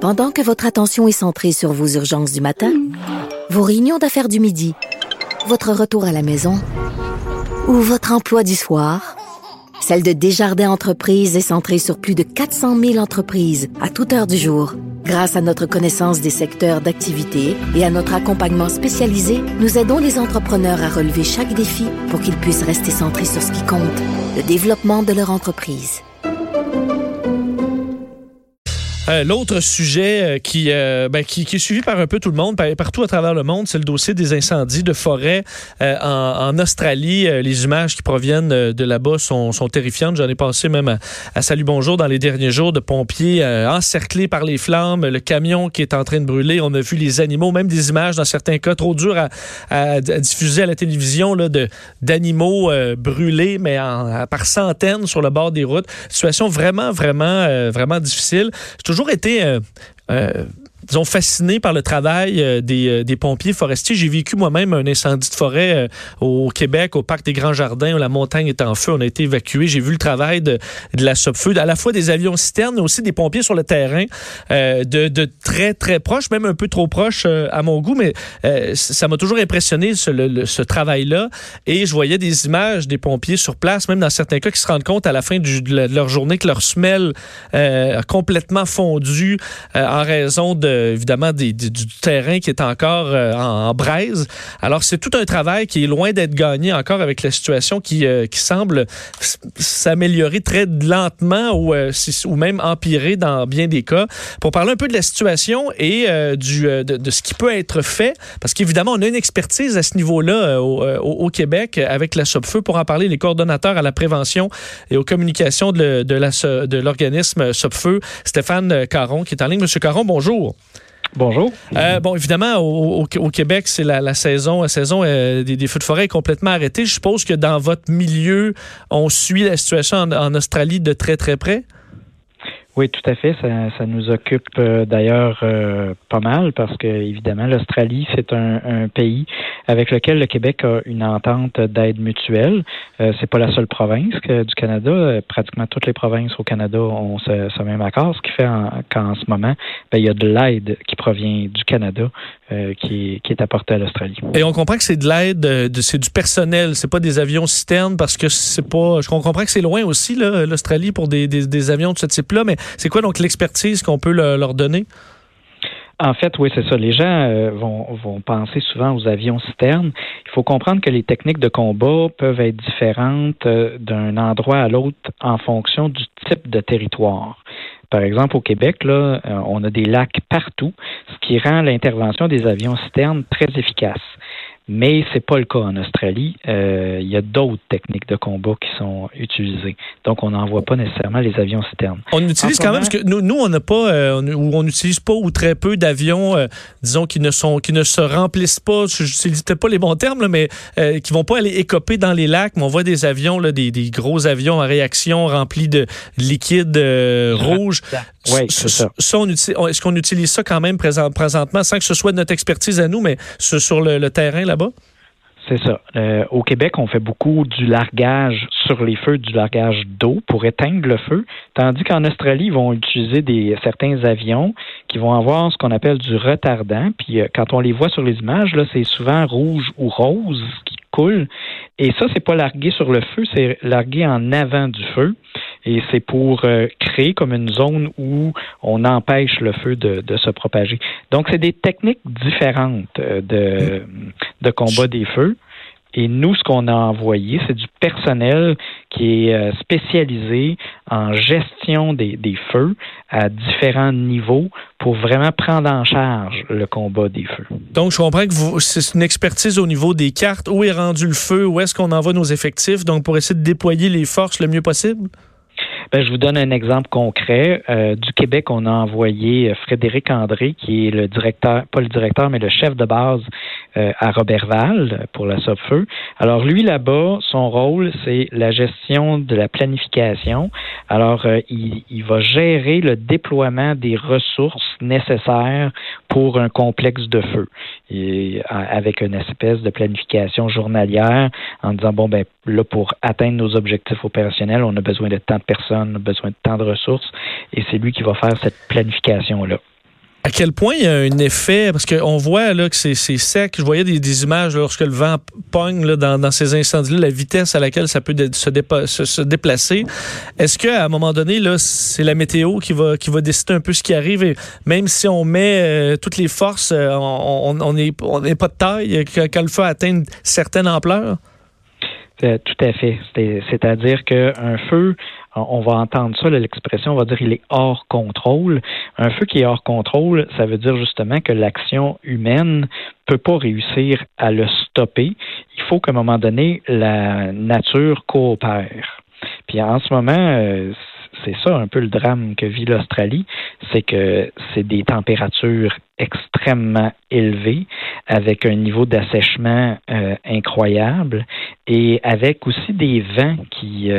Pendant que votre attention est centrée sur vos urgences du matin, vos réunions d'affaires du midi, votre retour à la maison ou votre emploi du soir, celle de Desjardins Entreprises est centrée sur plus de 400 000 entreprises à toute heure du jour. Grâce à notre connaissance des secteurs d'activité et à notre accompagnement spécialisé, nous aidons les entrepreneurs à relever chaque défi pour qu'ils puissent rester centrés sur ce qui compte, le développement de leur entreprise. L'autre sujet qui est suivi par un peu tout le monde, partout à travers le monde, c'est le dossier des incendies de forêt en Australie. Les images qui proviennent de là-bas sont terrifiantes. J'en ai passé même à Salut Bonjour dans les derniers jours, de pompiers encerclés par les flammes, le camion qui est en train de brûler. On a vu les animaux, même des images dans certains cas trop dures à diffuser à la télévision là, d'animaux brûlés, mais par centaines sur le bord des routes. Situation vraiment difficile. J'ai toujours été disons, fasciné par le travail des pompiers forestiers. J'ai vécu moi-même un incendie de forêt au Québec, au parc des Grands Jardins, où la montagne est en feu. On a été évacués. J'ai vu le travail de la SOPFEU, à la fois des avions citernes, mais aussi des pompiers sur le terrain, de très, très proches, même un peu trop proches à mon goût, mais ça m'a toujours impressionné, ce travail-là. Et je voyais des images des pompiers sur place, même dans certains cas, qui se rendent compte à la fin de leur journée que leur semelle a complètement fondu en raison évidemment du terrain qui est encore en braise. Alors, c'est tout un travail qui est loin d'être gagné encore avec la situation qui semble s'améliorer très lentement ou même empirer dans bien des cas. Pour parler un peu de la situation et de ce qui peut être fait, parce qu'évidemment, on a une expertise à ce niveau-là au Québec avec la SOPFEU. Pour en parler, les coordonnateurs à la prévention et aux communications de l'organisme SOPFEU, Stéphane Caron, qui est en ligne. Monsieur Caron, bonjour. Bonjour. Bon, évidemment, au Québec, c'est la saison des feux de forêt est complètement arrêtée. Je suppose que dans votre milieu, on suit la situation en Australie de très, très près? Oui, tout à fait. Ça nous occupe d'ailleurs pas mal parce que, évidemment, l'Australie, c'est un pays avec lequel le Québec a une entente d'aide mutuelle. C'est pas la seule province du Canada. Pratiquement toutes les provinces au Canada ont ce même accord, ce qui fait qu'en ce moment, il y a de l'aide qui provient du Canada qui est apportée à l'Australie. Et on comprend que c'est de l'aide, c'est du personnel, c'est pas des avions citernes parce que c'est pas. On comprend que c'est loin aussi, là, l'Australie, pour des avions de ce type-là, mais c'est quoi donc l'expertise qu'on peut leur donner? En fait, oui, c'est ça. Les gens vont penser souvent aux avions citernes. Il faut comprendre que les techniques de combat peuvent être différentes d'un endroit à l'autre en fonction du type de territoire. Par exemple, au Québec, là, on a des lacs partout, ce qui rend l'intervention des avions citernes très efficace. Mais c'est pas le cas en Australie. Il y a d'autres techniques de combat qui sont utilisées. Donc, on n'envoie pas nécessairement les avions citernes. On utilise quand même, parce que nous on n'a pas, on n'utilise pas ou très peu d'avions, disons, qui ne se remplissent pas, je n'utilise peut-être pas les bons termes, là, mais qui vont pas aller écoper dans les lacs, mais on voit des avions, là, des gros avions en réaction remplis de liquide rouge. Oui, c'est ça. Est-ce qu'on utilise ça quand même présentement, sans que ce soit de notre expertise à nous, mais sur le terrain là-bas? C'est ça. Au Québec, on fait beaucoup du largage sur les feux, du largage d'eau pour éteindre le feu, tandis qu'en Australie, ils vont utiliser certains avions qui vont avoir ce qu'on appelle du retardant. Puis quand on les voit sur les images, là, c'est souvent rouge ou rose qui coule. Et ça, c'est pas largué sur le feu, c'est largué en avant du feu. Et c'est pour créer comme une zone où on empêche le feu de se propager. Donc, c'est des techniques différentes de combat des feux. Et nous, ce qu'on a envoyé, c'est du personnel qui est spécialisé en gestion des feux à différents niveaux pour vraiment prendre en charge le combat des feux. Donc, je comprends que c'est une expertise au niveau des cartes. Où est rendu le feu? Où est-ce qu'on envoie nos effectifs? Donc, pour essayer de déployer les forces le mieux possible? Je vous donne un exemple concret. Du Québec, on a envoyé Frédéric André, qui est le directeur, pas le directeur, mais le chef de base à Roberval pour la SOPFEU. Alors, lui, là-bas, son rôle, c'est la gestion de la planification. Alors, il va gérer le déploiement des ressources nécessaires pour un complexe de feu. Et avec une espèce de planification journalière en disant, là, pour atteindre nos objectifs opérationnels, on a besoin de tant de personnes, on a besoin de tant de ressources, et c'est lui qui va faire cette planification-là. À quel point il y a un effet, parce qu'on voit là, que c'est sec, je voyais des images là, lorsque le vent pogne là, dans ces incendies-là, la vitesse à laquelle ça peut se déplacer. Est-ce qu'à un moment donné, là, c'est la météo qui va décider un peu ce qui arrive, et même si on met toutes les forces, on n'est pas de taille quand le feu atteint une certaine ampleur? Tout à fait. C'est-à-dire qu'un feu, on va entendre ça, l'expression, on va dire il est hors contrôle. Un feu qui est hors contrôle, ça veut dire justement que l'action humaine peut pas réussir à le stopper. Il faut qu'à un moment donné, la nature coopère. Puis en ce moment, c'est ça un peu le drame que vit l'Australie, c'est que c'est des températures extrêmement élevées, avec un niveau d'assèchement incroyable, et avec aussi des vents qui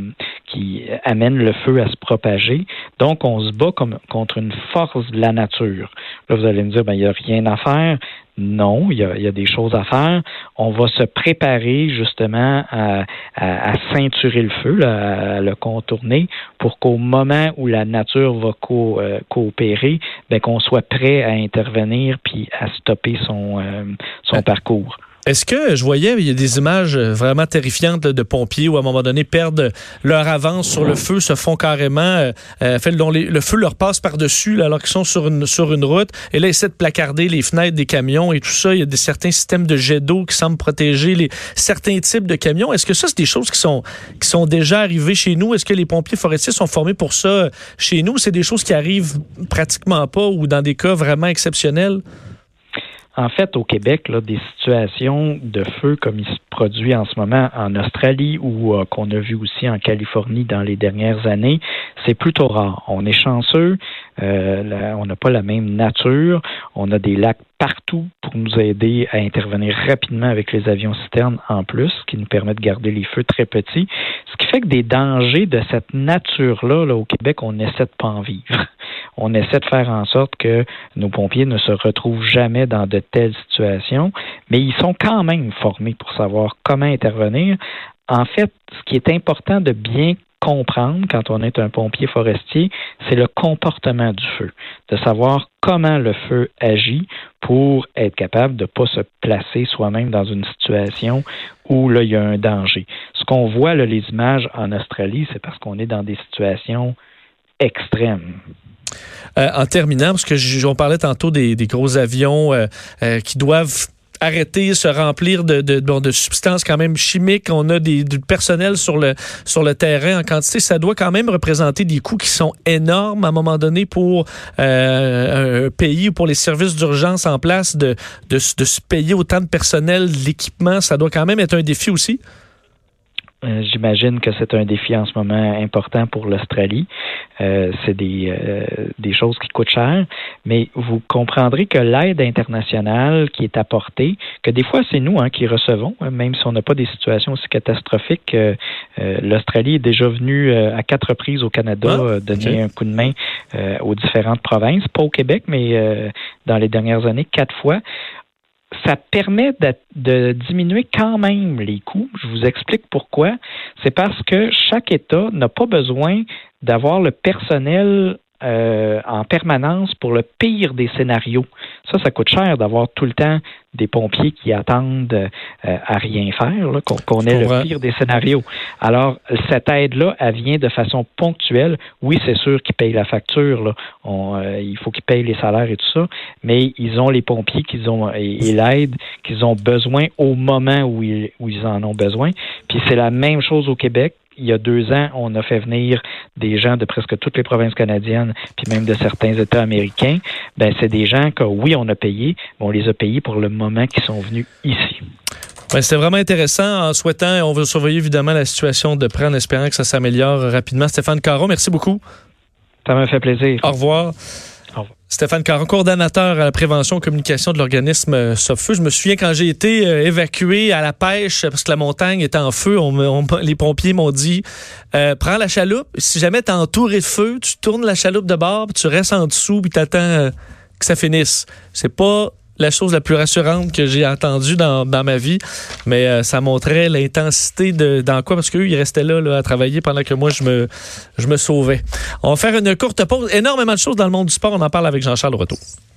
amènent le feu à se propager. Donc, on se bat contre une force de la nature. Là, vous allez me dire, il n'y a rien à faire. Non, il y a des choses à faire. On va se préparer justement à ceinturer le feu, là, à le contourner, pour qu'au moment où la nature va coopérer, qu'on soit prêt à intervenir puis à stopper son parcours. Est-ce que je voyais, il y a des images vraiment terrifiantes là, de pompiers où à un moment donné perdent leur avance sur le feu, se font carrément, dont le feu leur passe par-dessus là, alors qu'ils sont sur une route, et là ils essaient de placarder les fenêtres des camions et tout ça. Il y a certains systèmes de jets d'eau qui semblent protéger certains types de camions. Est-ce que ça, c'est des choses qui sont déjà arrivées chez nous? Est-ce que les pompiers forestiers sont formés pour ça chez nous? C'est des choses qui arrivent pratiquement pas ou dans des cas vraiment exceptionnels? En fait, au Québec, là, des situations de feu comme il se produit en ce moment en Australie ou qu'on a vu aussi en Californie dans les dernières années, c'est plutôt rare. On est chanceux, on n'a pas la même nature, on a des lacs partout pour nous aider à intervenir rapidement avec les avions citernes en plus, qui nous permet de garder les feux très petits. Ce qui fait que des dangers de cette nature-là, là, au Québec, on essaie de pas en vivre. On essaie de faire en sorte que nos pompiers ne se retrouvent jamais dans de telles situations, mais ils sont quand même formés pour savoir comment intervenir. En fait, ce qui est important de bien comprendre quand on est un pompier forestier, c'est le comportement du feu, de savoir comment le feu agit pour être capable de ne pas se placer soi-même dans une situation où là, il y a un danger. Ce qu'on voit, là, les images en Australie, c'est parce qu'on est dans des situations extrêmes. En terminant, parce que on parlait tantôt des gros avions qui doivent arrêter, se remplir de substances quand même chimiques. On a du personnel sur le terrain en quantité. Ça doit quand même représenter des coûts qui sont énormes à un moment donné pour un pays ou pour les services d'urgence en place de se payer autant de personnel, l'équipement. Ça doit quand même être un défi aussi. J'imagine que c'est un défi en ce moment important pour l'Australie. C'est des choses qui coûtent cher, mais vous comprendrez que l'aide internationale qui est apportée, que des fois c'est nous qui recevons, même si on n'a pas des situations aussi catastrophiques. L'Australie est déjà venue à 4 reprises au Canada donner un coup de main aux différentes provinces, pas au Québec, mais dans les dernières années, 4 fois. Ça permet de diminuer quand même les coûts. Je vous explique pourquoi. C'est parce que chaque État n'a pas besoin d'avoir le personnel en permanence pour le pire des scénarios. Ça coûte cher d'avoir tout le temps des pompiers qui attendent à rien faire, là, qu'on ait le pire des scénarios. Alors, cette aide-là, elle vient de façon ponctuelle. Oui, c'est sûr qu'ils payent la facture, là. Il faut qu'ils payent les salaires et tout ça, mais ils ont les pompiers et l'aide qu'ils ont besoin au moment où ils en ont besoin. Puis c'est la même chose au Québec. Il y a 2 ans, on a fait venir des gens de presque toutes les provinces canadiennes, puis même de certains États américains. C'est des gens que, oui, on a payé, mais on les a payés pour le moment qu'ils sont venus ici. C'était vraiment intéressant. En souhaitant, on va surveiller évidemment la situation de près en espérant que ça s'améliore rapidement. Stéphane Caron, merci beaucoup. Ça m'a fait plaisir. Au revoir. Stéphane Caron, coordonnateur à la prévention et communication de l'organisme Sopfeu. Je me souviens quand j'ai été évacué à la pêche parce que la montagne était en feu, les pompiers m'ont dit prends la chaloupe, si jamais t'es entouré de feu, tu tournes la chaloupe de bord, puis tu restes en dessous, puis t'attends que ça finisse. C'est pas la chose la plus rassurante que j'ai entendue dans ma vie, mais ça montrait l'intensité dans quoi, parce qu'eux, ils restaient là à travailler pendant que moi, je me sauvais. On va faire une courte pause. Énormément de choses dans le monde du sport. On en parle avec Jean-Charles Roteau.